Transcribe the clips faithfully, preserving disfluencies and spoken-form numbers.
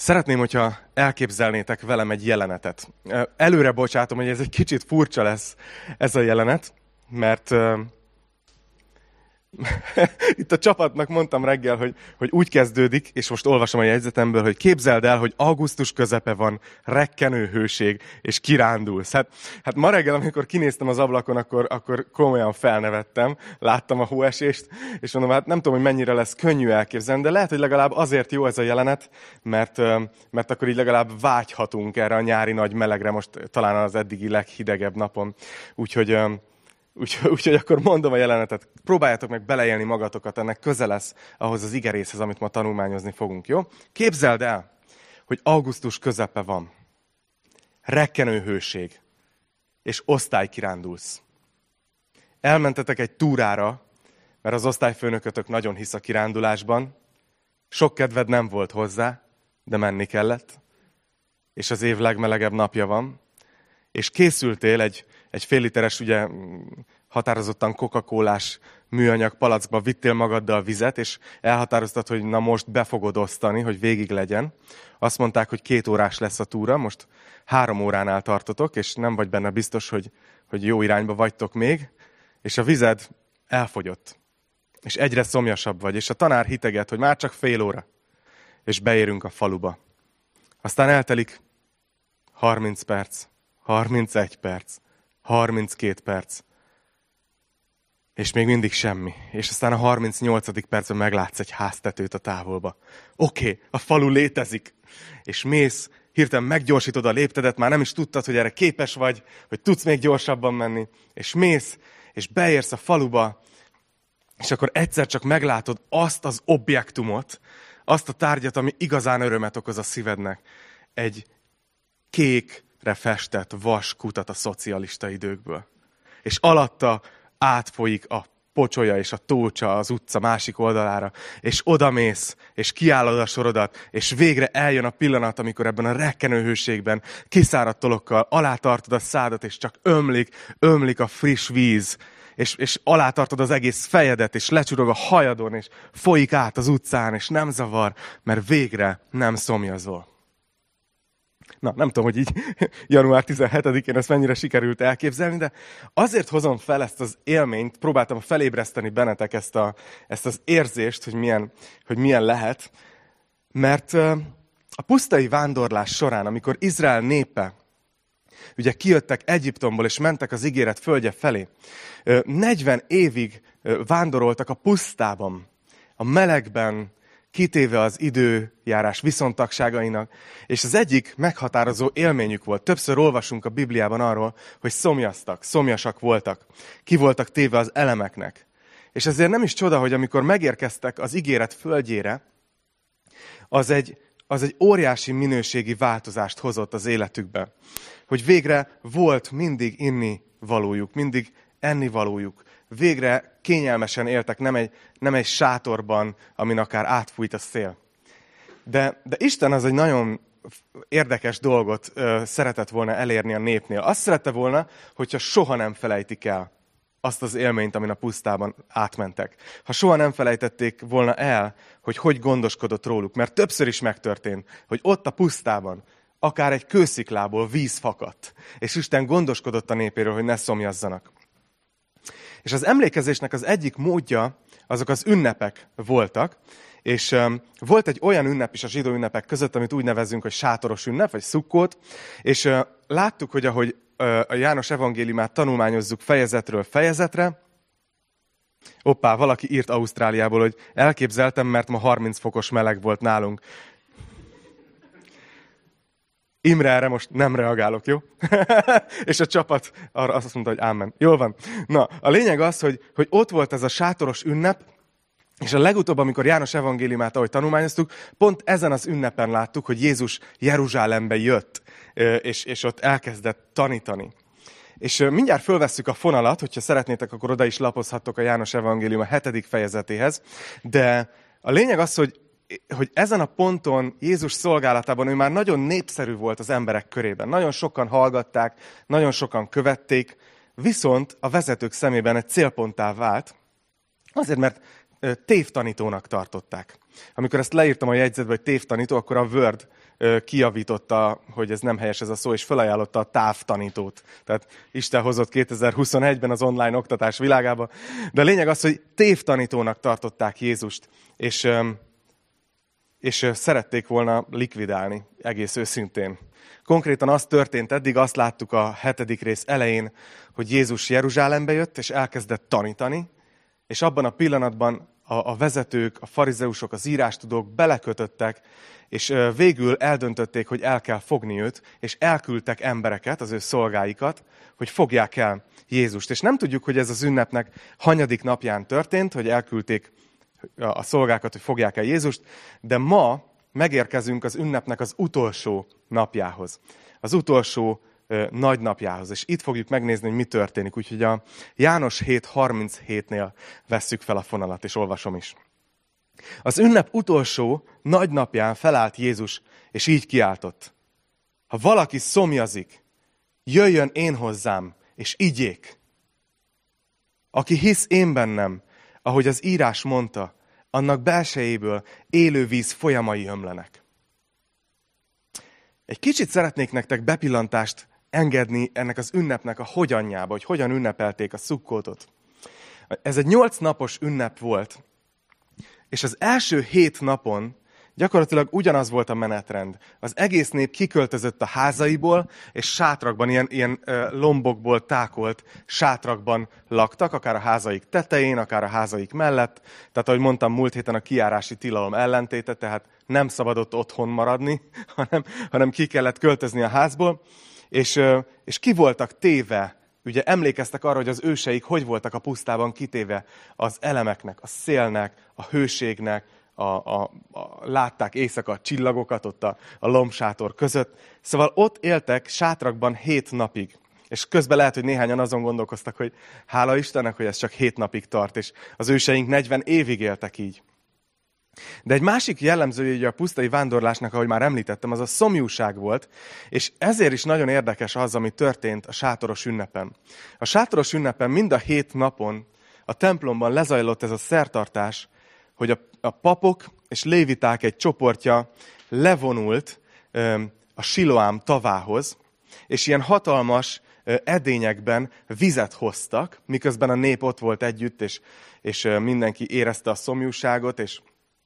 Szeretném, hogyha elképzelnétek velem egy jelenetet. Előre bocsátom, hogy ez egy kicsit furcsa lesz ez a jelenet, mert uh, itt a csapatnak mondtam reggel, hogy, hogy úgy kezdődik, és most olvasom a jegyzetemből, hogy képzeld el, hogy augusztus közepe van, rekkenő hőség, és kirándulsz. Hát, hát ma reggel, amikor kinéztem az ablakon, akkor, akkor komolyan felnevettem, láttam a hóesést, és mondom, hát nem tudom, hogy mennyire lesz könnyű elképzelni, de lehet, hogy legalább azért jó ez a jelenet, mert, mert akkor így legalább vágyhatunk erre a nyári nagy melegre, most talán az eddigi leghidegebb napon. Úgyhogy... Úgyhogy, úgyhogy akkor mondom a jelenetet, próbáljátok meg beleélni magatokat, ennek köze lesz ahhoz az igerészhez, amit ma tanulmányozni fogunk, jó? Képzeld el, hogy augusztus közepe van, rekkenő hőség, és osztálykirándulsz. Elmentetek egy túrára, mert az osztályfőnökötök nagyon hisz a kirándulásban, sok kedved nem volt hozzá, de menni kellett, és az év legmelegebb napja van, és készültél egy, egy fél literes, ugye határozottan coca-colás műanyag palackba, vittél magaddal vizet, és elhatároztad, hogy na most be fogod osztani, hogy végig legyen. Azt mondták, hogy két órás lesz a túra, most három óránál tartotok, és nem vagy benne biztos, hogy, hogy jó irányba vagytok még, és a vized elfogyott, és egyre szomjasabb vagy, és a tanár hiteget, hogy már csak fél óra, és beérünk a faluba. Aztán eltelik harminc perc, harmincegy perc, harminckét perc, és még mindig semmi. És aztán a harmincnyolcadik percben meglátsz egy háztetőt a távolba. Oké, okay, a falu létezik. És mész, hirtelen meggyorsítod a léptedet, már nem is tudtad, hogy erre képes vagy, hogy tudsz még gyorsabban menni. És mész, és beérsz a faluba, és akkor egyszer csak meglátod azt az objektumot, azt a tárgyat, ami igazán örömet okoz a szívednek. Egy kék, festett vaskutat a szocialista időkből. És alatta átfolyik a pocsolya és a tócsa az utca másik oldalára, és odamész, és kiállod a sorodat, és végre eljön a pillanat, amikor ebben a rekkenő hőségben kiszáradt tolokkal alátartod a szádat, és csak ömlik, ömlik a friss víz, és, és alátartod az egész fejedet, és lecsurog a hajadon, és folyik át az utcán, és nem zavar, mert végre nem szomjazol. Na, nem tudom, hogy így január tizenhetedikén ezt mennyire sikerült elképzelni, de azért hozom fel ezt az élményt, próbáltam felébreszteni bennetek ezt, a, ezt az érzést, hogy milyen, hogy milyen lehet, mert a pusztai vándorlás során, amikor Izrael népe, ugye kijöttek Egyiptomból, és mentek az ígéret földje felé, negyven évig vándoroltak a pusztában, a melegben, kitéve az időjárás viszontagságainak, és az egyik meghatározó élményük volt. Többször olvasunk a Bibliában arról, hogy szomjaztak, szomjasak voltak, ki voltak téve az elemeknek. És ezért nem is csoda, hogy amikor megérkeztek az ígéret földjére, az egy, az egy óriási minőségi változást hozott az életükbe. Hogy végre volt mindig inni valójuk, mindig enni valójuk. Végre kényelmesen éltek, nem egy, nem egy sátorban, amin akár átfújt a szél. De, de Isten az egy nagyon érdekes dolgot ö, szeretett volna elérni a népnél. Azt szerette volna, hogyha soha nem felejtik el azt az élményt, amin a pusztában átmentek. Ha soha nem felejtették volna el, hogy hogy gondoskodott róluk. Mert többször is megtörtént, hogy ott a pusztában akár egy kősziklából víz fakadt. És Isten gondoskodott a népéről, hogy ne szomjazzanak. És az emlékezésnek az egyik módja, azok az ünnepek voltak, és um, volt egy olyan ünnep is a zsidó ünnepek között, amit úgy nevezünk, hogy sátoros ünnep, vagy szukkót, és uh, láttuk, hogy ahogy uh, a János evangéliumát tanulmányozzuk fejezetről fejezetre, hoppá, valaki írt Ausztráliából, hogy elképzeltem, mert ma harminc fokos meleg volt nálunk. Imre, erre most nem reagálok, jó? És a csapat arra azt mondta, hogy ámen. Jól van. Na, a lényeg az, hogy, hogy ott volt ez a sátoros ünnep, és a legutóbb, amikor János evangéliumát, ahogy tanulmányoztuk, pont ezen az ünnepen láttuk, hogy Jézus Jeruzsálembe jött, és, és ott elkezdett tanítani. És mindjárt fölvesszük a fonalat, hogyha szeretnétek, akkor oda is lapozhattok a János evangélium a hetedik fejezetéhez, de a lényeg az, hogy hogy ezen a ponton Jézus szolgálatában ő már nagyon népszerű volt az emberek körében. Nagyon sokan hallgatták, nagyon sokan követték, viszont a vezetők szemében egy célponttá vált, azért, mert tévtanítónak tartották. Amikor ezt leírtam a jegyzetbe, hogy tévtanító, akkor a Word kijavította, hogy ez nem helyes ez a szó, és felajánlotta a távtanítót. Tehát Isten hozott kétezer-huszonegyben az online oktatás világába. De a lényeg az, hogy tévtanítónak tartották Jézust, és, és szerették volna likvidálni, egész őszintén. Konkrétan az történt, eddig azt láttuk a hetedik rész elején, hogy Jézus Jeruzsálembe jött, és elkezdett tanítani, és abban a pillanatban a, a vezetők, a farizeusok, az írástudók belekötöttek, és végül eldöntötték, hogy el kell fogni őt, és elküldtek embereket, az ő szolgáikat, hogy fogják el Jézust. És nem tudjuk, hogy ez az ünnepnek hanyadik napján történt, hogy elküldték a szolgákat, hogy fogják el Jézust, de ma megérkezünk az ünnepnek az utolsó napjához. Az utolsó ö, nagy napjához. És itt fogjuk megnézni, hogy mi történik. Úgyhogy a János hét harminchétnél vesszük fel a fonalat, és olvasom is. Az ünnep utolsó nagy napján felállt Jézus, és így kiáltott. Ha valaki szomjazik, jöjjön én hozzám, és igyék. Aki hisz én bennem, ahogy az írás mondta, annak belsejéből élő víz folyamai ömlenek. Egy kicsit szeretnék nektek bepillantást engedni ennek az ünnepnek a hogyanjába, hogy hogyan ünnepelték a szukkótot. Ez egy nyolc napos ünnep volt, és az első hét napon gyakorlatilag ugyanaz volt a menetrend. Az egész nép kiköltözött a házaiból, és sátrakban, ilyen, ilyen lombokból tákolt sátrakban laktak, akár a házaik tetején, akár a házaik mellett. Tehát, ahogy mondtam, múlt héten a kijárási tilalom ellentéte, tehát nem szabadott otthon maradni, hanem, hanem ki kellett költözni a házból. És, és ki voltak téve, ugye emlékeztek arra, hogy az őseik hogy voltak a pusztában kitéve az elemeknek, a szélnek, a hőségnek, A, a, a, látták éjszaka a csillagokat ott a, a lombsátor között. Szóval ott éltek sátrakban hét napig. És közben lehet, hogy néhányan azon gondolkoztak, hogy hála Istennek, hogy ez csak hét napig tart, és az őseink negyven évig éltek így. De egy másik jellemzője a pusztai vándorlásnak, ahogy már említettem, az a szomjúság volt, és ezért is nagyon érdekes az, ami történt a sátoros ünnepen. A sátoros ünnepen mind a hét napon a templomban lezajlott ez a szertartás, hogy a, a papok és léviták egy csoportja levonult ö, a Siloám tavához, és ilyen hatalmas ö, edényekben vizet hoztak, miközben a nép ott volt együtt, és, és ö, mindenki érezte a szomjúságot, és,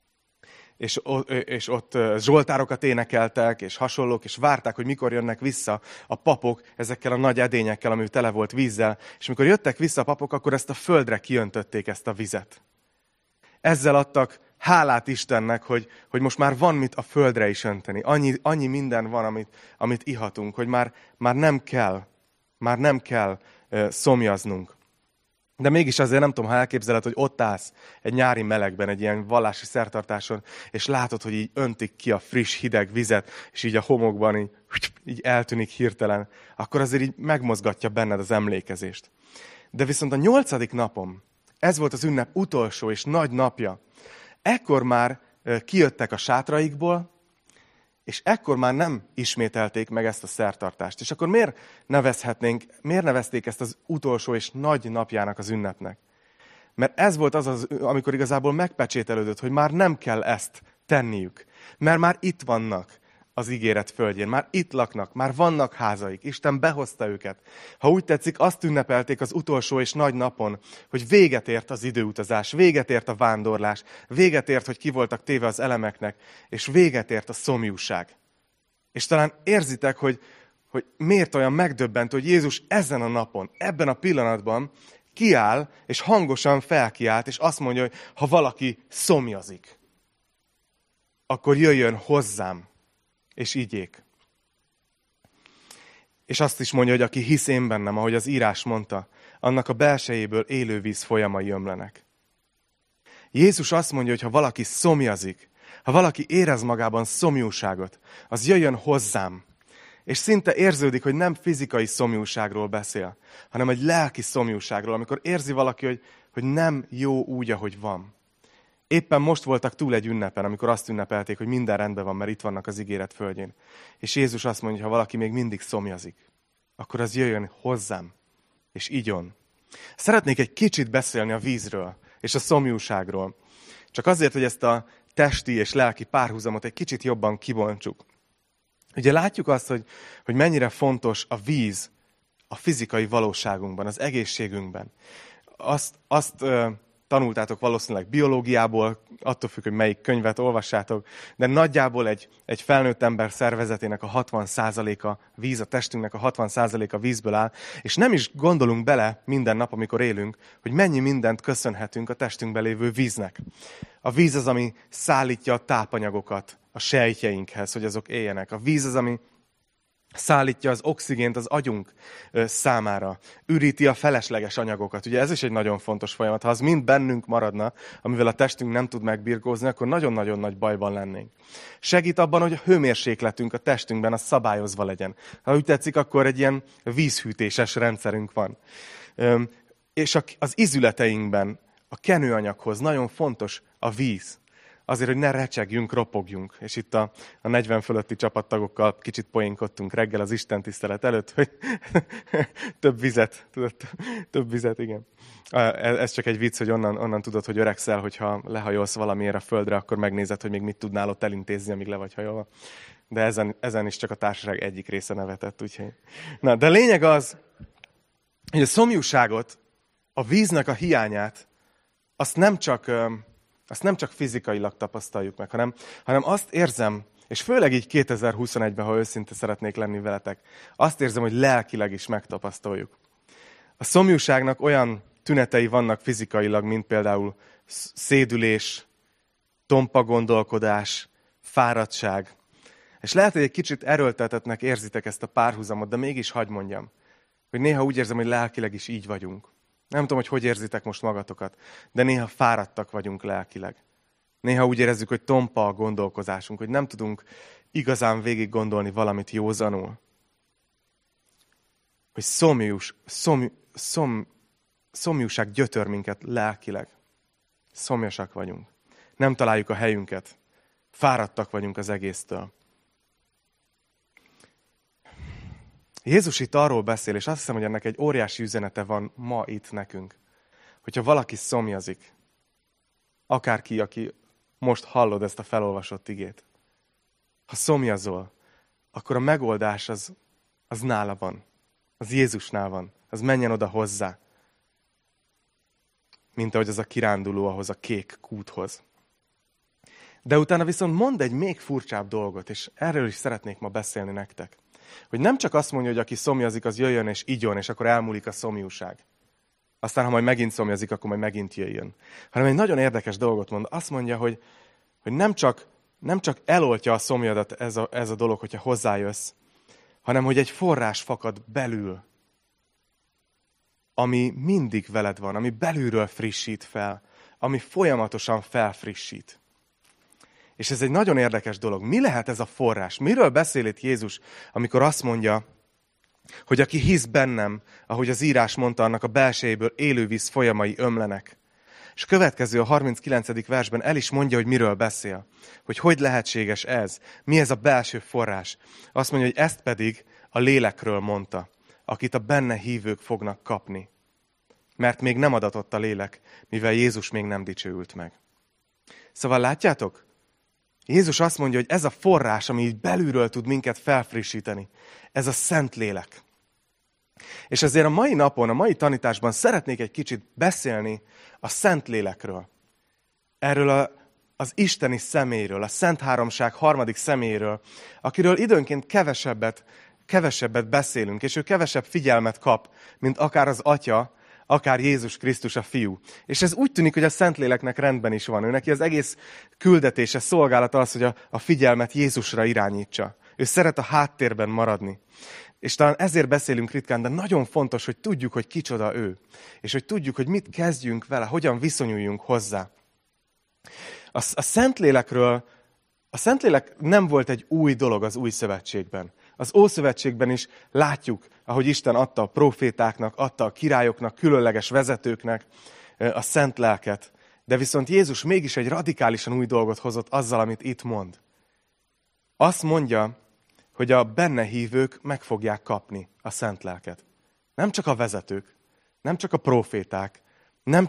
és, és ott zsoltárokat énekeltek, és hasonlók, és várták, hogy mikor jönnek vissza a papok ezekkel a nagy edényekkel, ami tele volt vízzel. És mikor jöttek vissza a papok, akkor ezt a földre kiöntötték, ezt a vizet. Ezzel adtak hálát Istennek, hogy, hogy most már van mit a földre is önteni. Annyi, annyi minden van, amit, amit ihatunk, hogy már, már nem kell, már nem kell uh, szomjaznunk. De mégis azért nem tudom, ha elképzeled, hogy ott állsz egy nyári melegben, egy ilyen vallási szertartáson, és látod, hogy így öntik ki a friss, hideg vizet, és így a homokban így, így eltűnik hirtelen, akkor azért így megmozgatja benned az emlékezést. De viszont a nyolcadik napon, ez volt az ünnep utolsó és nagy napja. Ekkor már kijöttek a sátraikból, és ekkor már nem ismételték meg ezt a szertartást. És akkor miért nevezhetnénk, miért nevezték ezt az utolsó és nagy napjának az ünnepnek? Mert ez volt az, az amikor igazából megpecsételődött, hogy már nem kell ezt tenniük. Mert már itt vannak az ígéret földjén. Már itt laknak, már vannak házaik. Isten behozta őket. Ha úgy tetszik, azt ünnepelték az utolsó és nagy napon, hogy véget ért az időutazás, véget ért a vándorlás, véget ért, hogy ki voltak téve az elemeknek, és véget ért a szomjúság. És talán érzitek, hogy, hogy miért olyan megdöbbentő, hogy Jézus ezen a napon, ebben a pillanatban kiáll, és hangosan felkiált, és azt mondja, hogy ha valaki szomjazik, akkor jöjjön hozzám, és igyék. És azt is mondja, hogy aki hisz én bennem, ahogy az írás mondta, annak a belsejéből élő víz folyamai ömlenek. Jézus azt mondja, hogy ha valaki szomjazik, ha valaki érez magában szomjúságot, az jöjjön hozzám. És szinte érződik, hogy nem fizikai szomjúságról beszél, hanem egy lelki szomjúságról, amikor érzi valaki, hogy, hogy nem jó úgy, ahogy van. Éppen most voltak túl egy ünnepen, amikor azt ünnepelték, hogy minden rendben van, mert itt vannak az ígéret földjén. És Jézus azt mondja, hogy ha valaki még mindig szomjazik, akkor az jöjjön hozzám, és igyon. Szeretnék egy kicsit beszélni a vízről és a szomjúságról. Csak azért, hogy ezt a testi és lelki párhuzamot egy kicsit jobban kibontsuk. Ugye látjuk azt, hogy, hogy mennyire fontos a víz a fizikai valóságunkban, az egészségünkben. Azt, azt ö, tanultátok valószínűleg biológiából, attól függ, hogy melyik könyvet olvassátok, de nagyjából egy, egy felnőtt ember szervezetének a hatvan százaléka víz, a testünknek a hatvan százaléka vízből áll, és nem is gondolunk bele minden nap, amikor élünk, hogy mennyi mindent köszönhetünk a testünkben lévő víznek. A víz az, ami szállítja a tápanyagokat a sejtjeinkhez, hogy azok éljenek. A víz az, ami szállítja az oxigént az agyunk számára, üríti a felesleges anyagokat. Ugye ez is egy nagyon fontos folyamat. Ha az mind bennünk maradna, amivel a testünk nem tud megbirkózni, akkor nagyon-nagyon nagy bajban lennénk. Segít abban, hogy a hőmérsékletünk a testünkben az szabályozva legyen. Ha úgy tetszik, akkor egy ilyen vízhűtéses rendszerünk van. És az ízületeinkben a kenőanyaghoz nagyon fontos a víz. Azért, hogy ne recsegjünk, ropogjunk. És itt a, a negyven fölötti csapattagokkal kicsit poénkodtunk reggel az istentisztelet előtt, hogy több vizet, tudod, több vizet, igen. Ez csak egy vicc, hogy onnan, onnan tudod, hogy öregszel, hogyha lehajolsz valamiért a földre, akkor megnézed, hogy még mit tudnál ott elintézni, amíg le vagy hajolva. De ezen, ezen is csak a társaság egyik része nevetett, úgyhogy. Na, de lényeg az, hogy a szomjúságot, a víznek a hiányát, azt nem csak... Azt nem csak fizikailag tapasztaljuk meg, hanem, hanem azt érzem, és főleg így kétezer-huszonegyben, ha őszinte szeretnék lenni veletek, azt érzem, hogy lelkileg is megtapasztaljuk. A szomjúságnak olyan tünetei vannak fizikailag, mint például szédülés, tompa gondolkodás, fáradtság. És lehet, hogy egy kicsit erőltetetnek érzitek ezt a párhuzamot, de mégis hadd mondjam, hogy néha úgy érzem, hogy lelkileg is így vagyunk. Nem tudom, hogy hogy érzitek most magatokat, de néha fáradtak vagyunk lelkileg. Néha úgy érezzük, hogy tompa a gondolkozásunk, hogy nem tudunk igazán végig gondolni valamit józanul. Hogy szomjús, szomj, szom, szomjúság gyötör minket lelkileg. Szomjasak vagyunk. Nem találjuk a helyünket. Fáradtak vagyunk az egésztől. Jézus itt arról beszél, és azt hiszem, hogy ennek egy óriási üzenete van ma itt nekünk. Hogyha valaki szomjazik, akárki, aki most hallod ezt a felolvasott igét, ha szomjazol, akkor a megoldás az, az nála van. Az Jézusnál van. Az menjen oda hozzá. Mint ahogy az a kiránduló ahhoz a kék kúthoz. De utána viszont mond egy még furcsább dolgot, és erről is szeretnék ma beszélni nektek. Hogy nem csak azt mondja, hogy aki szomjazik, az jöjjön és igyon, és akkor elmúlik a szomjúság. Aztán, ha majd megint szomjazik, akkor majd megint jöjjön. Hanem egy nagyon érdekes dolgot mond. Azt mondja, hogy, hogy nem, csak, nem csak eloltja a szomjadat ez a, ez a dolog, hogyha hozzájössz, hanem hogy egy forrás fakad belül, ami mindig veled van, ami belülről frissít fel, ami folyamatosan felfrissít. És ez egy nagyon érdekes dolog. Mi lehet ez a forrás? Miről beszél itt Jézus, amikor azt mondja, hogy aki hisz bennem, ahogy az írás mondta, annak a belsejéből élő víz folyamai ömlenek. És következő a harminckilencedik versben el is mondja, hogy miről beszél. Hogy hogy lehetséges ez? Mi ez a belső forrás? Azt mondja, hogy ezt pedig a lélekről mondta, akit a benne hívők fognak kapni. Mert még nem adatott a lélek, mivel Jézus még nem dicsőült meg. Szóval látjátok? Jézus azt mondja, hogy ez a forrás, ami így belülről tud minket felfrissíteni, ez a Szentlélek. És ezért a mai napon, a mai tanításban szeretnék egy kicsit beszélni a Szentlélekről. Erről a, az isteni személyről, a Szent Háromság harmadik személyről, akiről időnként kevesebbet, kevesebbet beszélünk, és ő kevesebb figyelmet kap, mint akár az Atya, akár Jézus Krisztus a Fiú. És ez úgy tűnik, hogy a Szentléleknek rendben is van. Ő neki az egész küldetése, szolgálata az, hogy a, a figyelmet Jézusra irányítsa. Ő szeret a háttérben maradni. És talán ezért beszélünk ritkán, de nagyon fontos, hogy tudjuk, hogy kicsoda ő. És hogy tudjuk, hogy mit kezdjünk vele, hogyan viszonyuljunk hozzá. A, a Szentlélekről, a Szentlélek nem volt egy új dolog az új szövetségben. Az Ószövetségben is látjuk, ahogy Isten adta a prófétáknak, adta a királyoknak, különleges vezetőknek a szent lelket. De viszont Jézus mégis egy radikálisan új dolgot hozott azzal, amit itt mond. Azt mondja, hogy a benne hívők meg fogják kapni a szent lelket. Nem csak a vezetők, nem csak a próféták, nem csak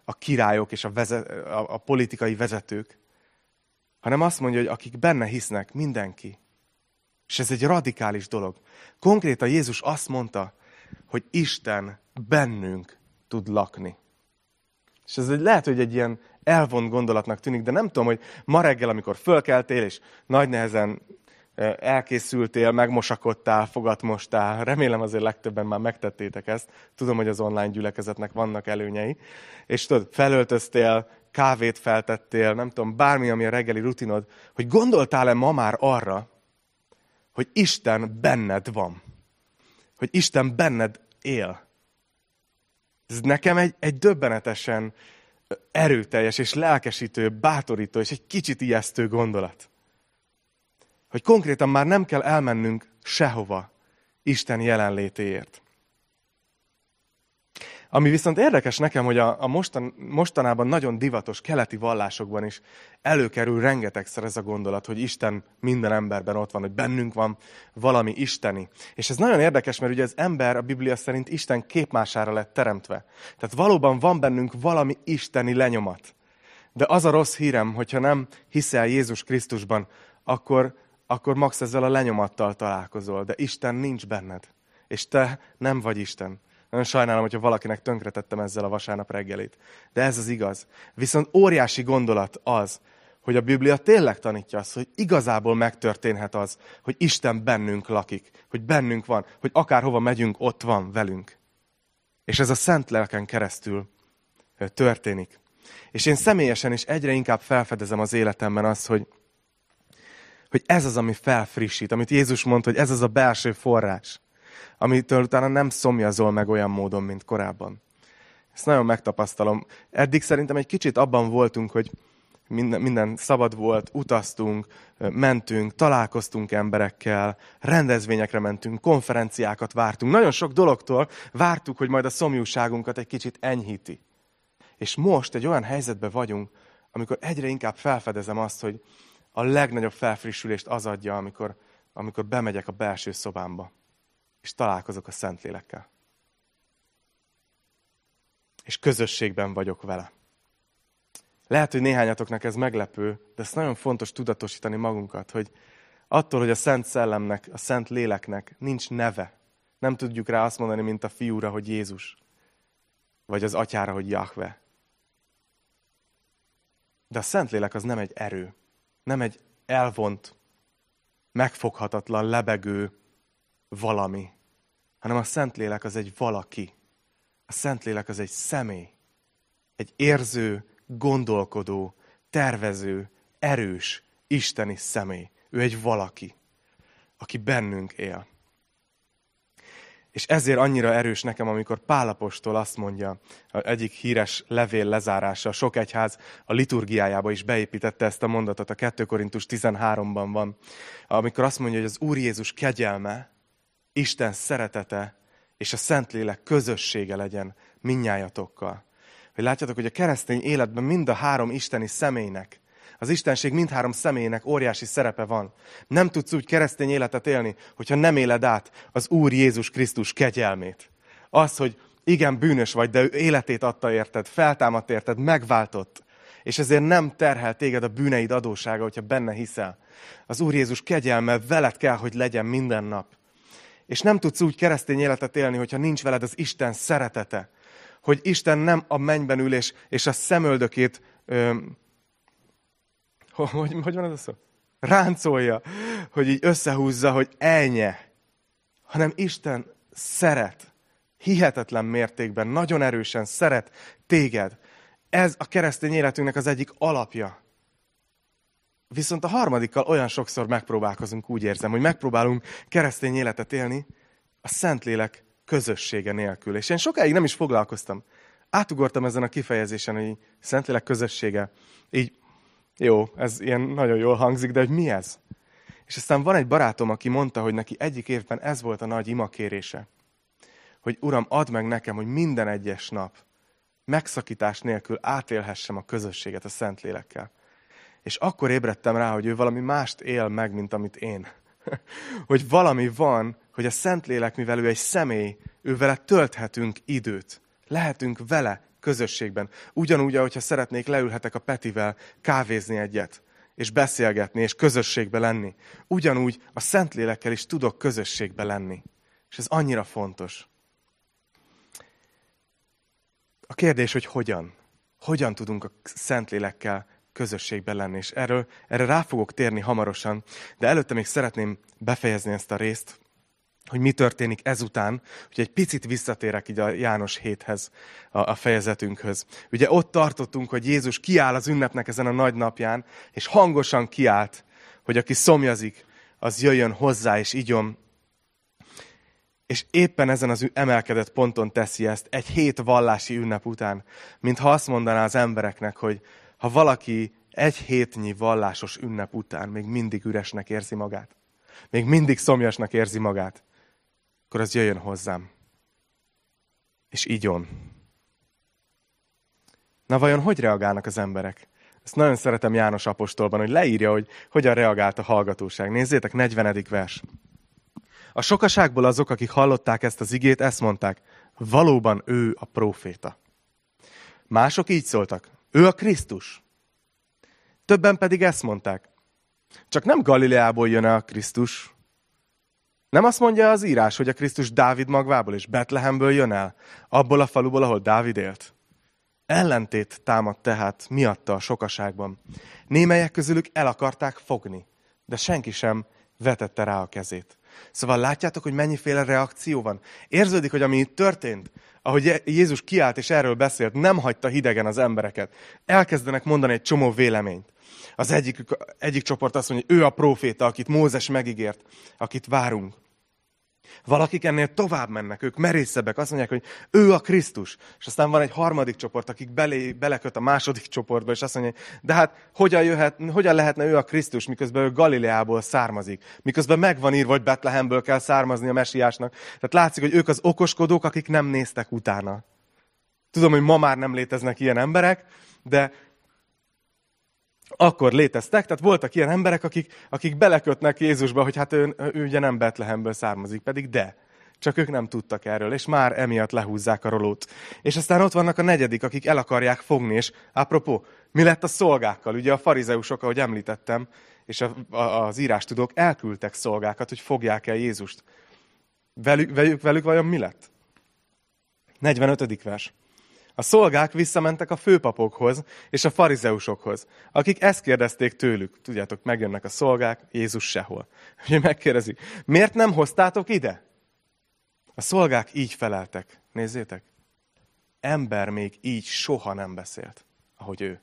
a királyok és a, vezet, a, a politikai vezetők, hanem azt mondja, hogy akik benne hisznek, mindenki. És ez egy radikális dolog. Konkrétan Jézus azt mondta, hogy Isten bennünk tud lakni. És ez egy, lehet, hogy egy ilyen elvont gondolatnak tűnik, de nem tudom, hogy ma reggel, amikor fölkeltél, és nagy nehezen elkészültél, megmosakodtál, fogat mostál, remélem azért legtöbben már megtettétek ezt, tudom, hogy az online gyülekezetnek vannak előnyei, és tudod, felöltöztél, kávét feltettél, nem tudom, bármi, ami a reggeli rutinod, hogy gondoltál-e ma már arra, hogy Isten benned van, hogy Isten benned él. Ez nekem egy, egy döbbenetesen erőteljes és lelkesítő, bátorító és egy kicsit ijesztő gondolat. Hogy konkrétan már nem kell elmennünk sehova Isten jelenlétéért. Ami viszont érdekes nekem, hogy a, a mostan, mostanában nagyon divatos keleti vallásokban is előkerül rengetegszer ez a gondolat, hogy Isten minden emberben ott van, hogy bennünk van valami isteni. És ez nagyon érdekes, mert ugye az ember a Biblia szerint Isten képmására lett teremtve. Tehát valóban van bennünk valami isteni lenyomat. De az a rossz hírem, hogyha nem hiszel Jézus Krisztusban, akkor, akkor max ezzel a lenyomattal találkozol. De Isten nincs benned. És te nem vagy Isten. Nagyon sajnálom, hogyha valakinek tönkretettem ezzel a vasárnap reggelét. De ez az igaz. Viszont óriási gondolat az, hogy a Biblia tényleg tanítja azt, hogy igazából megtörténhet az, hogy Isten bennünk lakik, hogy bennünk van, hogy akárhova megyünk, ott van velünk. És ez a Szent Lelken keresztül történik. És én személyesen is egyre inkább felfedezem az életemben azt, hogy, hogy ez az, ami felfrissít, amit Jézus mondta, hogy ez az a belső forrás, amitől utána nem szomjazol meg olyan módon, mint korábban. Ezt nagyon megtapasztalom. Eddig szerintem egy kicsit abban voltunk, hogy minden, minden szabad volt, utaztunk, mentünk, találkoztunk emberekkel, rendezvényekre mentünk, konferenciákat vártunk. Nagyon sok dologtól vártuk, hogy majd a szomjúságunkat egy kicsit enyhíti. És most egy olyan helyzetben vagyunk, amikor egyre inkább felfedezem azt, hogy a legnagyobb felfrissülést az adja, amikor, amikor bemegyek a belső szobámba, és találkozok a Szentlélekkel. És közösségben vagyok vele. Lehet, hogy néhányatoknak ez meglepő, de ezt nagyon fontos tudatosítani magunkat, hogy attól, hogy a Szent Szellemnek, a Szent Léleknek nincs neve, nem tudjuk rá azt mondani, mint a Fiúra, hogy Jézus, vagy az Atyára, hogy Jahve. De a Szentlélek az nem egy erő, nem egy elvont, megfoghatatlan, lebegő valami, hanem a Szentlélek az egy valaki. A Szentlélek az egy személy, egy érző, gondolkodó, tervező, erős, isteni személy. Ő egy valaki, aki bennünk él. És ezért annyira erős nekem, amikor Pál apostol azt mondja, az egyik híres levél lezárása, sok egyház a liturgiájába is beépítette ezt a mondatot, a kettő Korintus tizenháromban van, amikor azt mondja, hogy az Úr Jézus kegyelme, Isten szeretete és a Szentlélek közössége legyen mindnyájatokkal. Hogy látjátok, hogy a keresztény életben mind a három isteni személynek, az istenség mindhárom személynek óriási szerepe van. Nem tudsz úgy keresztény életet élni, hogyha nem éled át az Úr Jézus Krisztus kegyelmét. Az, hogy igen, bűnös vagy, de ő életét adta érted, feltámadt érted, megváltott. És ezért nem terhel téged a bűneid adósága, hogyha benne hiszel. Az Úr Jézus kegyelme veled kell, hogy legyen minden nap. És nem tudsz úgy keresztény életet élni, hogyha nincs veled az Isten szeretete. Hogy Isten nem a mennyben ül és, és a szemöldökét, ö, hogy, hogy van ez a szó? Ráncolja, hogy így összehúzza, hogy elnye. Hanem Isten szeret, hihetetlen mértékben, nagyon erősen szeret téged. Ez a keresztény életünknek az egyik alapja. Viszont a harmadikkal olyan sokszor megpróbálkozunk, úgy érzem, hogy megpróbálunk keresztény életet élni a Szentlélek közössége nélkül. És én sokáig nem is foglalkoztam. Átugortam ezen a kifejezésen, hogy Szentlélek közössége. Így, jó, ez ilyen nagyon jól hangzik, de hogy mi ez? És aztán van egy barátom, aki mondta, hogy neki egyik évben ez volt a nagy imakérése. Hogy Uram, add meg nekem, hogy minden egyes nap megszakítás nélkül átélhessem a közösséget a Szentlélekkel. És akkor ébredtem rá, hogy ő valami mást él meg, mint amit én. Hogy valami van, hogy a Szentlélek, mivel ő egy személy, ő vele tölthetünk időt. Lehetünk vele közösségben. Ugyanúgy, ahogyha szeretnék, leülhetek a Petivel kávézni egyet, és beszélgetni, és közösségbe lenni. Ugyanúgy a Szentlélekkel is tudok közösségbe lenni. És ez annyira fontos. A kérdés, hogy hogyan? Hogyan tudunk a Szentlélekkel közösségben lenni? És erről, erre rá fogok térni hamarosan, de előtte még szeretném befejezni ezt a részt, hogy mi történik ezután, hogy egy picit visszatérek így a János héthez, a, a fejezetünkhöz. Ugye ott tartottunk, hogy Jézus kiáll az ünnepnek ezen a nagy napján, és hangosan kiállt, hogy aki szomjazik, az jöjjön hozzá és igyon. És éppen ezen az emelkedett ponton teszi ezt, egy hét vallási ünnep után, mintha azt mondaná az embereknek, hogy ha valaki egy hétnyi vallásos ünnep után még mindig üresnek érzi magát, még mindig szomjasnak érzi magát, akkor az jöjjön hozzám. És igyon. Na vajon hogy reagálnak az emberek? Ezt nagyon szeretem János apostolban, hogy leírja, hogy hogyan reagált a hallgatóság. Nézzétek, negyvenedik vers. A sokaságból azok, akik hallották ezt az igét, ezt mondták, valóban ő a próféta. Mások így szóltak, ő a Krisztus. Többen pedig ezt mondták, csak nem Galileából jön a Krisztus. Nem azt mondja az írás, hogy a Krisztus Dávid magvából és Betlehemből jön el, abból a faluból, ahol Dávid élt. Ellentét támadt tehát miatta a sokaságban. Némelyek közülük el akarták fogni, de senki sem vetette rá a kezét. Szóval látjátok, hogy mennyiféle reakció van? Érződik, hogy ami itt történt, ahogy Jézus kiállt és erről beszélt, nem hagyta hidegen az embereket. Elkezdenek mondani egy csomó véleményt. Az egyik, egyik csoport azt mondja, hogy ő a próféta, akit Mózes megígért, akit várunk. Valakik ennél tovább mennek, ők merészebbek, azt mondják, hogy ő a Krisztus. És aztán van egy harmadik csoport, akik belé, beleköt a második csoportba, és azt mondja, de hát hogyan, jöhet, hogyan lehetne ő a Krisztus, miközben ő Galileából származik. Miközben megvan írva, hogy Betlehemből kell származni a mesiásnak. Tehát látszik, hogy ők az okoskodók, akik nem néztek utána. Tudom, hogy ma már nem léteznek ilyen emberek, de akkor léteztek, tehát voltak ilyen emberek, akik, akik belekötnek Jézusba, hogy hát ő, ő ugye nem Betlehemből származik, pedig de. Csak ők nem tudtak erről, és már emiatt lehúzzák a rolót. És aztán ott vannak a negyedik, akik el akarják fogni, és apropó, mi lett a szolgákkal? Ugye a farizeusok, ahogy említettem, és a, a, az írástudók elküldtek szolgákat, hogy fogják el Jézust. Velük, velük, velük vajon mi lett? negyvenötödik vers. A szolgák visszamentek a főpapokhoz és a farizeusokhoz, akik ezt kérdezték tőlük. Tudjátok, megjönnek a szolgák, Jézus sehol. Ugye megkérdezik, miért nem hoztátok ide? A szolgák így feleltek. Nézzétek, ember még így soha nem beszélt, ahogy ő.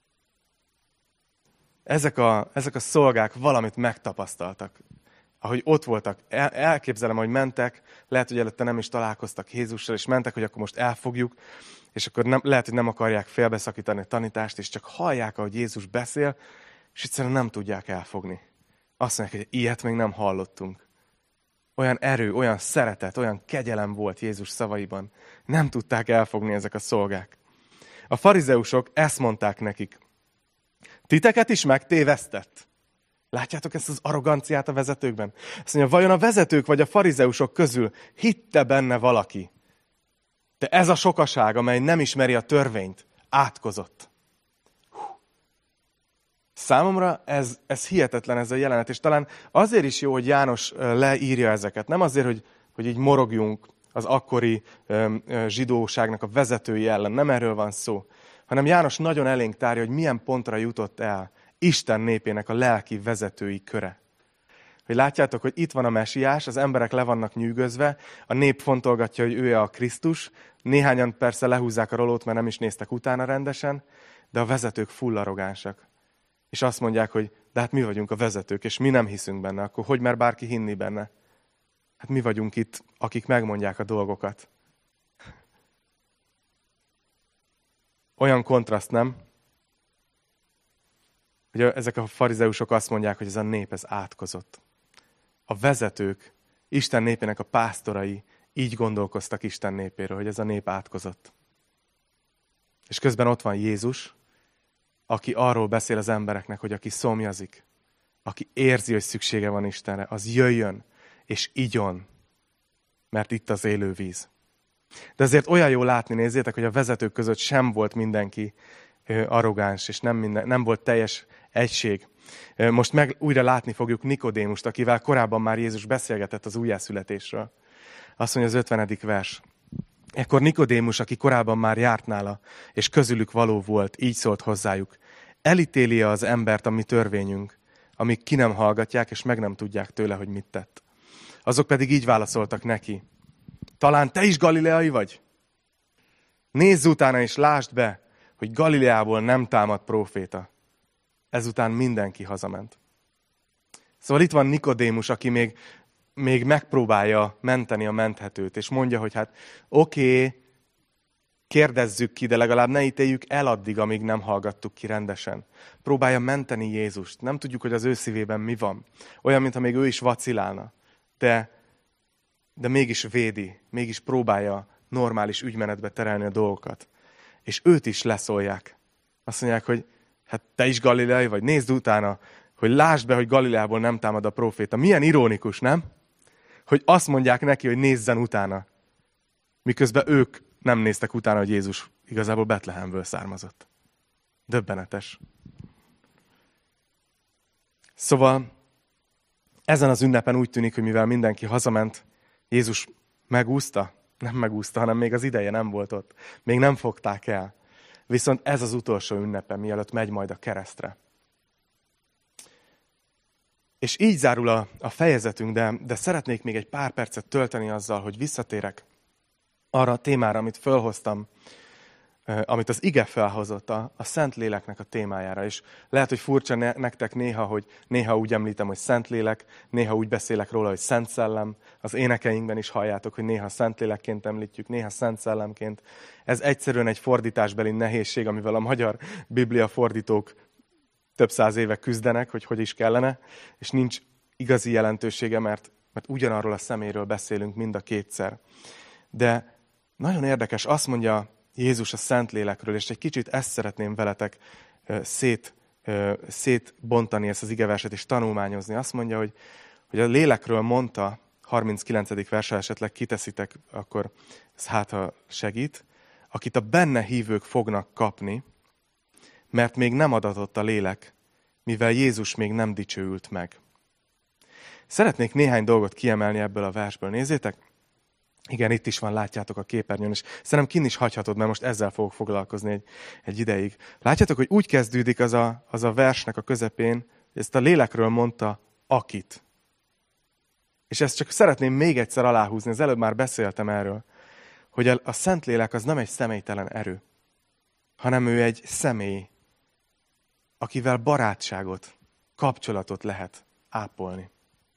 Ezek a, ezek a szolgák valamit megtapasztaltak. Ahogy ott voltak, el, elképzelem, hogy mentek, lehet, hogy előtte nem is találkoztak Jézussal, és mentek, hogy akkor most elfogjuk, és akkor nem, lehet, hogy nem akarják félbeszakítani a tanítást, és csak hallják, ahogy Jézus beszél, és egyszerűen nem tudják elfogni. Azt mondják, hogy ilyet még nem hallottunk. Olyan erő, olyan szeretet, olyan kegyelem volt Jézus szavaiban. Nem tudták elfogni ezek a szolgák. A farizeusok ezt mondták nekik. Titeket is megtévesztett? Látjátok ezt az arroganciát a vezetőkben? Azt mondja, vajon a vezetők vagy a farizeusok közül hitte benne valaki? De ez a sokaság, amely nem ismeri a törvényt, átkozott. Hú. Számomra ez, ez hihetetlen ez a jelenet, és talán azért is jó, hogy János leírja ezeket. Nem azért, hogy, hogy így morogjunk az akkori um, zsidóságnak a vezetői ellen, nem erről van szó, hanem János nagyon elénk tárja, hogy milyen pontra jutott el Isten népének a lelki vezetői köre. Hogy látjátok, hogy itt van a mesiás, az emberek le vannak nyűgözve, a nép fontolgatja, hogy ő a Krisztus, néhányan persze lehúzzák a rolót, mert nem is néztek utána rendesen, de a vezetők full arrogánsak. És azt mondják, hogy de hát mi vagyunk a vezetők, és mi nem hiszünk benne, akkor hogy mer bárki hinni benne? Hát mi vagyunk itt, akik megmondják a dolgokat. Olyan kontraszt, nem? Hogy ezek a farizeusok azt mondják, hogy ez a nép, ez átkozott. A vezetők, Isten népének a pásztorai így gondolkoztak Isten népéről, hogy ez a nép átkozott. És közben ott van Jézus, aki arról beszél az embereknek, hogy aki szomjazik, aki érzi, hogy szüksége van Istenre, az jöjjön és igyon, mert itt az élő víz. De azért olyan jó látni, nézzétek, hogy a vezetők között sem volt mindenki arrogáns, és nem, minden, nem volt teljes egység. Most meg újra látni fogjuk Nikodémust, akivel korábban már Jézus beszélgetett az újjászületésről. Azt mondja az ötvenedik vers. Ekkor Nikodémus, aki korábban már járt nála, és közülük való volt, így szólt hozzájuk. Elítéli az embert a mi törvényünk, amíg ki nem hallgatják, és meg nem tudják tőle, hogy mit tett. Azok pedig így válaszoltak neki. Talán te is galileai vagy? Nézz utána, és lásd be, hogy Galileából nem támad próféta. Ezután mindenki hazament. Szóval itt van Nikodémus, aki még, még megpróbálja menteni a menthetőt, és mondja, hogy hát oké, okay, kérdezzük ki, de legalább ne ítéljük el addig, amíg nem hallgattuk ki rendesen. Próbálja menteni Jézust. Nem tudjuk, hogy az ő szívében mi van. Olyan, mintha még ő is vacilálna. De, de mégis védi, mégis próbálja normális ügymenetbe terelni a dolgokat. És őt is leszólják. Azt mondják, hogy hát te is galileai vagy, nézd utána, hogy lásd be, hogy Galileából nem támad a próféta. Milyen ironikus, nem? Hogy azt mondják neki, hogy nézzen utána. Miközben ők nem néztek utána, hogy Jézus igazából Betlehemből származott. Döbbenetes. Szóval ezen az ünnepen úgy tűnik, hogy mivel mindenki hazament, Jézus megúszta? Nem megúszta, hanem még az ideje nem volt ott. Még nem fogták el. Viszont ez az utolsó ünnepe, mielőtt megy majd a keresztre. És így zárul a, a fejezetünk, de, de szeretnék még egy pár percet tölteni azzal, hogy visszatérek arra a témára, amit fölhoztam, amit az ige felhozott, a, a Szentléleknek a témájára. És lehet, hogy furcsa ne, nektek néha, hogy néha úgy említem, hogy Szentlélek, néha úgy beszélek róla, hogy Szent Szellem. Az énekeinkben is halljátok, hogy néha Szentlélekként említjük, néha Szent Szellemként. Ez egyszerűen egy fordításbeli nehézség, amivel a magyar Biblia fordítók több száz éve küzdenek, hogy hogy is kellene, és nincs igazi jelentősége, mert, mert ugyanarról a személyről beszélünk mind a kétszer. De nagyon érdekes, azt mondja Jézus a Szentlélekről, és egy kicsit ezt szeretném veletek szét, szétbontani, ezt az igeverset, és tanulmányozni. Azt mondja, hogy, hogy a lélekről mondta, harminckilencedik verssel esetleg kiteszitek, akkor ez hát ha segít, akit a benne hívők fognak kapni, mert még nem adatott a lélek, mivel Jézus még nem dicsőült meg. Szeretnék néhány dolgot kiemelni ebből a versből. Nézzétek! Igen, itt is van, látjátok a képernyőn, és szerintem kinn is hagyhatod, mert most ezzel fogok foglalkozni egy, egy ideig. Látjátok, hogy úgy kezdődik az a, az a versnek a közepén, hogy ezt a lélekről mondta, akit. És ezt csak szeretném még egyszer aláhúzni, az előbb már beszéltem erről, hogy a, a Szentlélek az nem egy személytelen erő, hanem ő egy személy, akivel barátságot, kapcsolatot lehet ápolni.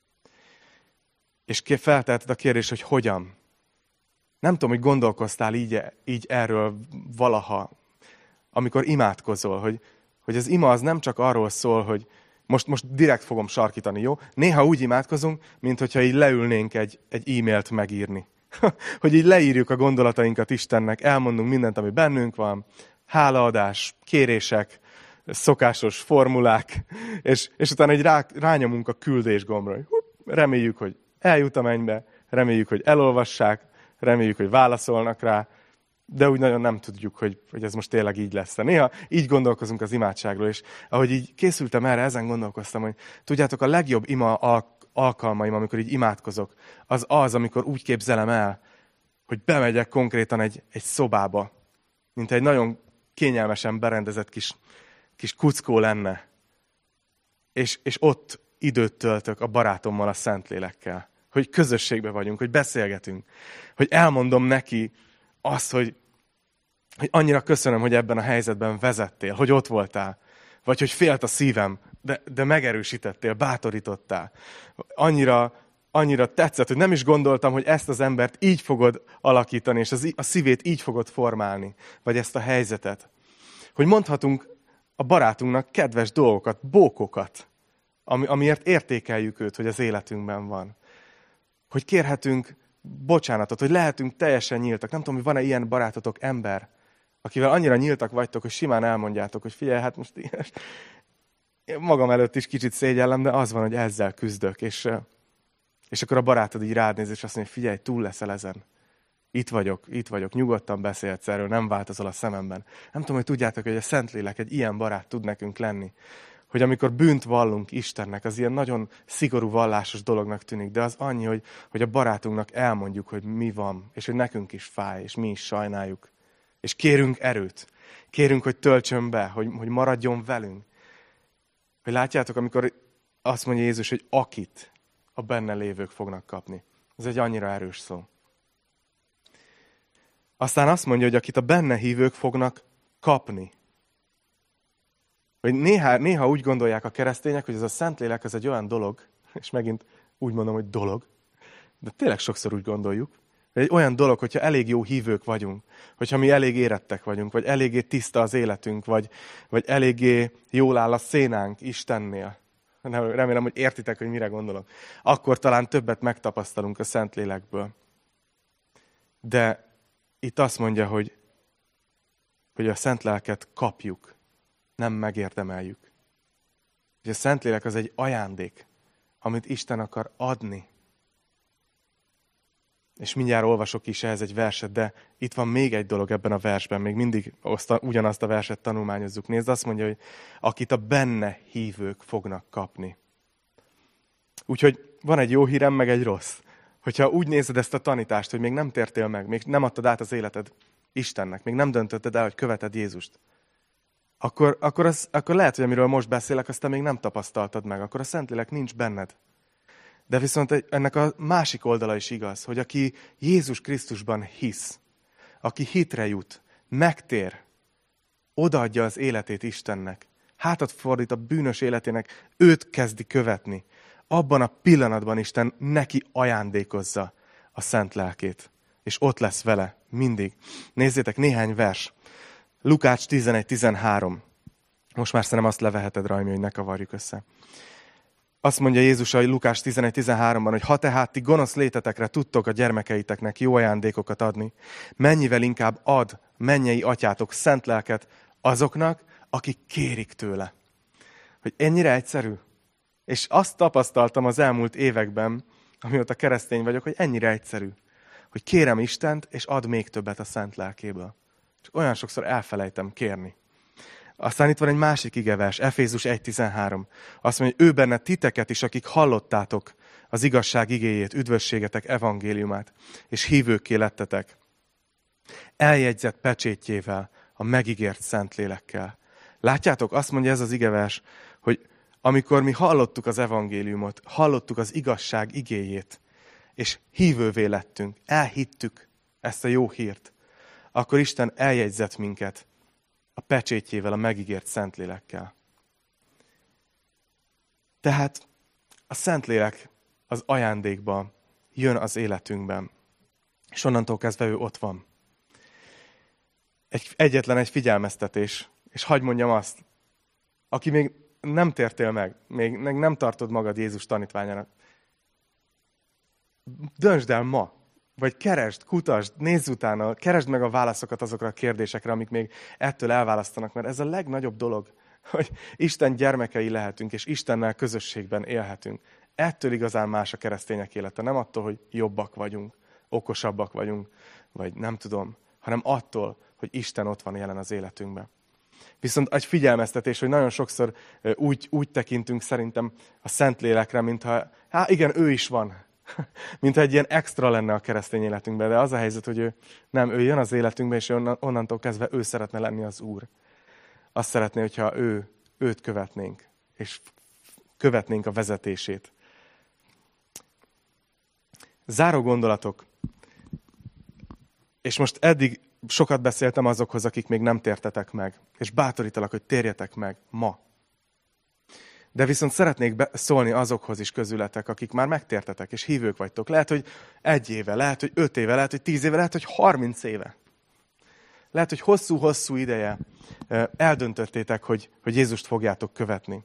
És felteheted a kérdés, hogy hogyan? Nem tudom, hogy gondolkoztál így, így erről valaha, amikor imádkozol, hogy, hogy az ima az nem csak arról szól, hogy most, most direkt fogom sarkítani, jó? Néha úgy imádkozunk, mint hogyha így leülnénk egy, egy e-mailt megírni. Hogy így leírjuk a gondolatainkat Istennek, elmondunk mindent, ami bennünk van, hálaadás, kérések, szokásos formulák, és, és utána egy rá, rányomunk a küldés gombra. Reméljük, hogy eljut a mennybe, reméljük, hogy elolvassák, reméljük, hogy válaszolnak rá, de úgy nagyon nem tudjuk, hogy, hogy ez most tényleg így lesz. Néha így gondolkozunk az imádságról, és ahogy így készültem erre, ezen gondolkoztam, hogy tudjátok, a legjobb ima alkalmaim, amikor így imádkozok, az az, amikor úgy képzelem el, hogy bemegyek konkrétan egy, egy szobába, mint egy nagyon kényelmesen berendezett kis, kis kuckó lenne, és, és ott időt töltök a barátommal, a Szentlélekkel. Hogy közösségben vagyunk, hogy beszélgetünk, hogy elmondom neki azt, hogy, hogy annyira köszönöm, hogy ebben a helyzetben vezettél, hogy ott voltál, vagy hogy félt a szívem, de, de megerősítettél, bátorítottál. Annyira, annyira tetszett, hogy nem is gondoltam, hogy ezt az embert így fogod alakítani, és az, a szívét így fogod formálni, vagy ezt a helyzetet. Hogy mondhatunk a barátunknak kedves dolgokat, bókokat, ami, amiért értékeljük őt, hogy az életünkben van. Hogy kérhetünk bocsánatot, hogy lehetünk teljesen nyíltak. Nem tudom, hogy van-e ilyen barátotok, ember, akivel annyira nyíltak vagytok, hogy simán elmondjátok, hogy figyelj, hát most ilyen. Én magam előtt is kicsit szégyellem, de az van, hogy ezzel küzdök. És, és akkor a barátod így rád néz, és azt mondja, hogy figyelj, túl leszel ezen. Itt vagyok, itt vagyok, nyugodtan beszélhetsz erről, nem változol a szememben. Nem tudom, hogy tudjátok, hogy a Szentlélek egy ilyen barát tud nekünk lenni. Hogy amikor bűnt vallunk Istennek, az ilyen nagyon szigorú vallásos dolognak tűnik, de az annyi, hogy, hogy a barátunknak elmondjuk, hogy mi van, és hogy nekünk is fáj, és mi is sajnáljuk. És kérünk erőt. Kérünk, hogy töltsön be, hogy, hogy maradjon velünk. Hogy látjátok, amikor azt mondja Jézus, hogy akit a benne lévők fognak kapni. Ez egy annyira erős szó. Aztán azt mondja, hogy akit a benne hívők fognak kapni. Hogy néha, néha úgy gondolják a keresztények, hogy ez a Szentlélek ez egy olyan dolog, és megint úgy mondom, hogy dolog, de tényleg sokszor úgy gondoljuk, hogy egy olyan dolog, hogyha elég jó hívők vagyunk, hogyha mi elég érettek vagyunk, vagy eléggé tiszta az életünk, vagy, vagy eléggé jól áll a szénánk Istennél. Remélem, hogy értitek, hogy mire gondolok. Akkor talán többet megtapasztalunk a Szentlélekből. De itt azt mondja, hogy, hogy a Szentléleket kapjuk, nem megérdemeljük. Hogy a Szentlélek az egy ajándék, amit Isten akar adni. És mindjárt olvasok is ehhez egy verset, de itt van még egy dolog ebben a versben, még mindig azt a, ugyanazt a verset tanulmányozzuk. Nézd, azt mondja, hogy akit a benne hívők fognak kapni. Úgyhogy van egy jó hírem, meg egy rossz. Hogyha úgy nézed ezt a tanítást, hogy még nem tértél meg, még nem adtad át az életed Istennek, még nem döntötted el, hogy követed Jézust, akkor, akkor, az, akkor lehet, hogy amiről most beszélek, azt te még nem tapasztaltad meg. Akkor a Szentlélek nincs benned. De viszont ennek a másik oldala is igaz, hogy aki Jézus Krisztusban hisz, aki hitre jut, megtér, odaadja az életét Istennek, hátat fordít a bűnös életének, őt kezdi követni. Abban a pillanatban Isten neki ajándékozza a szent lelkét. És ott lesz vele mindig. Nézzétek, néhány vers. Lukács tizenegy tizenhárom. Most már szerintem azt leveheted, Rajmi, hogy ne kavarjuk össze. Azt mondja Jézus a Lukács tizenegy tizenháromban, hogy ha tehát ti gonosz létetekre tudtok a gyermekeiteknek jó ajándékokat adni, mennyivel inkább ad mennyei atyátok szent lelket azoknak, akik kérik tőle. Hogy ennyire egyszerű. És azt tapasztaltam az elmúlt években, amióta keresztény vagyok, hogy ennyire egyszerű. Hogy kérem Istent, és ad még többet a szent lelkéből. És olyan sokszor elfelejtem kérni. Aztán itt van egy másik igevers, Efézus egy tizenhárom. Azt mondja, hogy ő benne titeket is, akik hallottátok az igazság igéjét, üdvösségetek evangéliumát, és hívőkké lettetek. Eljegyzett pecsétjével, a megígért Szentlélekkel. Látjátok, azt mondja ez az igevers, hogy amikor mi hallottuk az evangéliumot, hallottuk az igazság igéjét, és hívővé lettünk, elhittük ezt a jó hírt, akkor Isten eljegyzett minket a pecsétjével, a megígért Szentlélekkel. Tehát a Szentlélek az ajándékban jön az életünkben, és onnantól kezdve ő ott van. Egy, egyetlen egy figyelmeztetés, és hadd mondjam azt, aki még nem tértél meg, még nem tartod magad Jézus tanítványának, döntsd el ma, vagy keresd, kutasd, nézz utána, keresd meg a válaszokat azokra a kérdésekre, amik még ettől elválasztanak, mert ez a legnagyobb dolog, hogy Isten gyermekei lehetünk, és Istennel közösségben élhetünk. Ettől igazán más a keresztények élete, nem attól, hogy jobbak vagyunk, okosabbak vagyunk, vagy nem tudom, hanem attól, hogy Isten ott van jelen az életünkben. Viszont egy figyelmeztetés, hogy nagyon sokszor úgy, úgy tekintünk szerintem a Szentlélekre, mintha, hát igen, ő is van, mintha egy ilyen extra lenne a keresztény életünkben, de az a helyzet, hogy ő nem, ő jön az életünkbe, és onnantól kezdve ő szeretne lenni az Úr. Azt szeretné, hogyha ő, őt követnénk, és követnénk a vezetését. Záró gondolatok. És most eddig sokat beszéltem azokhoz, akik még nem tértetek meg, és bátorítalak, hogy térjetek meg ma. De viszont szeretnék be- szólni azokhoz is közületek, akik már megtértetek, és hívők vagytok. Lehet, hogy egy éve, lehet, hogy öt éve, lehet, hogy tíz éve, lehet, hogy harminc éve. Lehet, hogy hosszú-hosszú ideje eldöntöttétek, hogy, hogy Jézust fogjátok követni.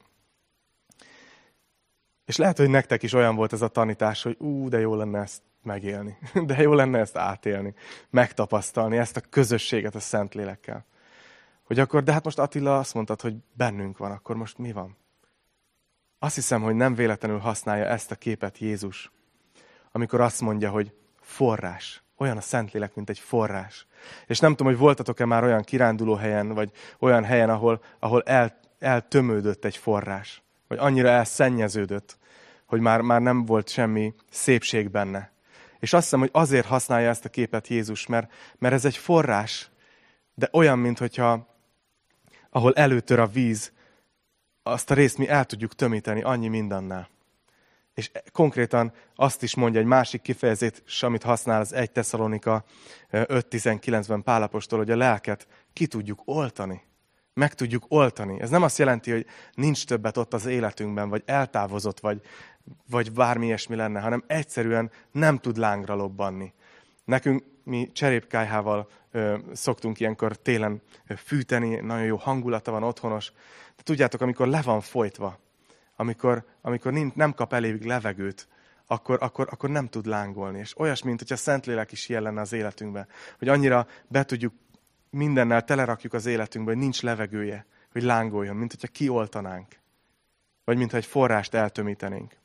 És lehet, hogy nektek is olyan volt ez a tanítás, hogy ú, de jó lenne ezt megélni. De jó lenne ezt átélni, megtapasztalni, ezt a közösséget a Szentlélekkel. Hogy akkor, de hát most Attila azt mondtad, hogy bennünk van, akkor most mi van? Azt hiszem, hogy nem véletlenül használja ezt a képet Jézus, amikor azt mondja, hogy forrás. Olyan a Szentlélek, mint egy forrás. És nem tudom, hogy voltatok-e már olyan kiránduló helyen, vagy olyan helyen, ahol, ahol el, eltömődött egy forrás. Vagy annyira elszennyeződött, hogy már, már nem volt semmi szépség benne. És azt hiszem, hogy azért használja ezt a képet Jézus, mert, mert ez egy forrás, de olyan, mintha ahol előtör a víz, azt a részt mi el tudjuk tömíteni annyi mindannál. És konkrétan azt is mondja, egy másik kifejezés, amit használ az egy Tesszalonika öt tizenkilencben Pál apostol, hogy a lelket ki tudjuk oltani. Meg tudjuk oltani. Ez nem azt jelenti, hogy nincs többet ott az életünkben, vagy eltávozott, vagy, vagy bármi ilyesmi lenne, hanem egyszerűen nem tud lángra lobbanni. Nekünk mi cserépkályhával ö, szoktunk ilyenkor télen fűteni, nagyon jó hangulata van, otthonos. De tudjátok, amikor le van folytva, amikor, amikor nem kap elég levegőt, akkor, akkor, akkor nem tud lángolni. És olyasmi, mint hogyha a Szentlélek is ilyen lenne az életünkben. Hogy annyira be tudjuk, mindennel telerakjuk az életünkbe, hogy nincs levegője, hogy lángoljon, mint hogyha kioltanánk. Vagy mintha egy forrást eltömítenénk.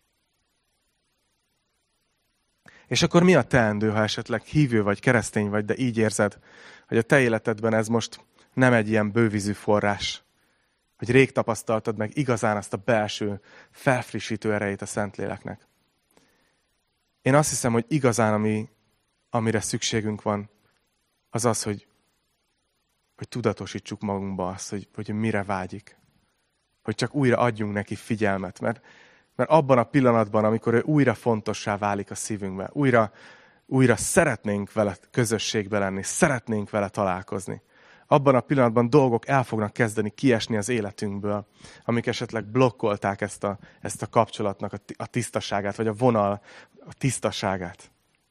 És akkor mi a teendő, ha esetleg hívő vagy, keresztény vagy, de így érzed, hogy a te életedben ez most nem egy ilyen bővízű forrás, hogy rég tapasztaltad meg igazán azt a belső, felfrissítő erejét a Szentléleknek. Én azt hiszem, hogy igazán, ami, amire szükségünk van, az az, hogy, hogy tudatosítsuk magunkba azt, hogy, hogy mire vágyik. Hogy csak újra adjunk neki figyelmet, mert Mert abban a pillanatban, amikor ő újra fontossá válik a szívünkbe, újra, újra szeretnénk vele közösségbe lenni, szeretnénk vele találkozni. Abban a pillanatban dolgok el fognak kezdeni kiesni az életünkből, amik esetleg blokkolták ezt a, ezt a kapcsolatnak a tisztaságát, vagy a vonal a tisztaságát.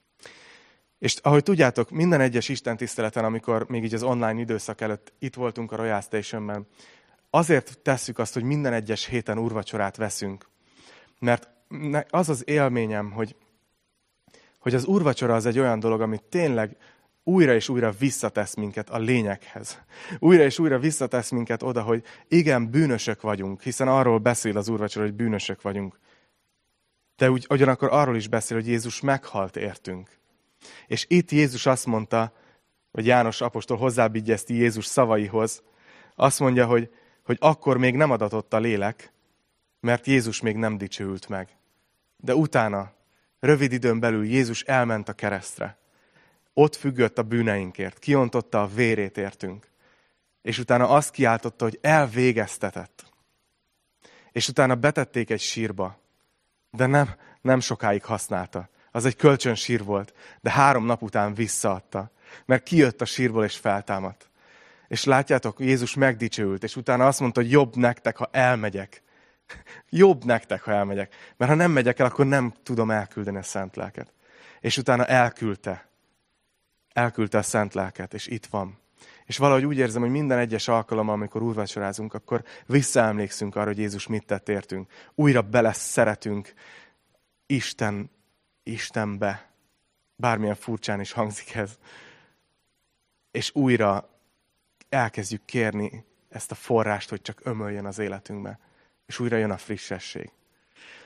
És ahogy tudjátok, minden egyes istentiszteleten, amikor még így az online időszak előtt itt voltunk a Royal Stationben, azért tesszük azt, hogy minden egyes héten úrvacsorát veszünk. Mert az az élményem, hogy, hogy az úrvacsora az egy olyan dolog, amit tényleg újra és újra visszatesz minket a lényeghez. Újra és újra visszatesz minket oda, hogy igen, bűnösök vagyunk, hiszen arról beszél az úrvacsora, hogy bűnösök vagyunk. De úgy, ugyanakkor arról is beszél, hogy Jézus meghalt értünk. És itt Jézus azt mondta, hogy János apostol hozzábigyezti Jézus szavaihoz, azt mondja, hogy, hogy akkor még nem adatott a lélek, mert Jézus még nem dicsőült meg. De utána, rövid időn belül Jézus elment a keresztre. Ott függött a bűneinkért, kiontotta a vérét értünk. És utána azt kiáltotta, hogy elvégeztetett. És utána betették egy sírba, de nem, nem sokáig használta. Az egy kölcsönsír volt, de három nap után visszaadta, mert kijött a sírból és feltámadt. És látjátok, Jézus megdicsőült, és utána azt mondta, hogy jobb nektek, ha elmegyek. Jobb nektek, ha elmegyek. Mert ha nem megyek el, akkor nem tudom elküldeni a Szent Lelket. És utána elküldte. Elküldte a Szent Lelket, és itt van. És valahogy úgy érzem, hogy minden egyes alkalommal, amikor úrvacsorázunk, akkor visszaemlékszünk arra, hogy Jézus mit tett értünk. Újra bele szeretünk Isten, Istenbe. Bármilyen furcsán is hangzik ez. És újra elkezdjük kérni ezt a forrást, hogy csak ömöljön az életünkbe. És újra jön a frissesség.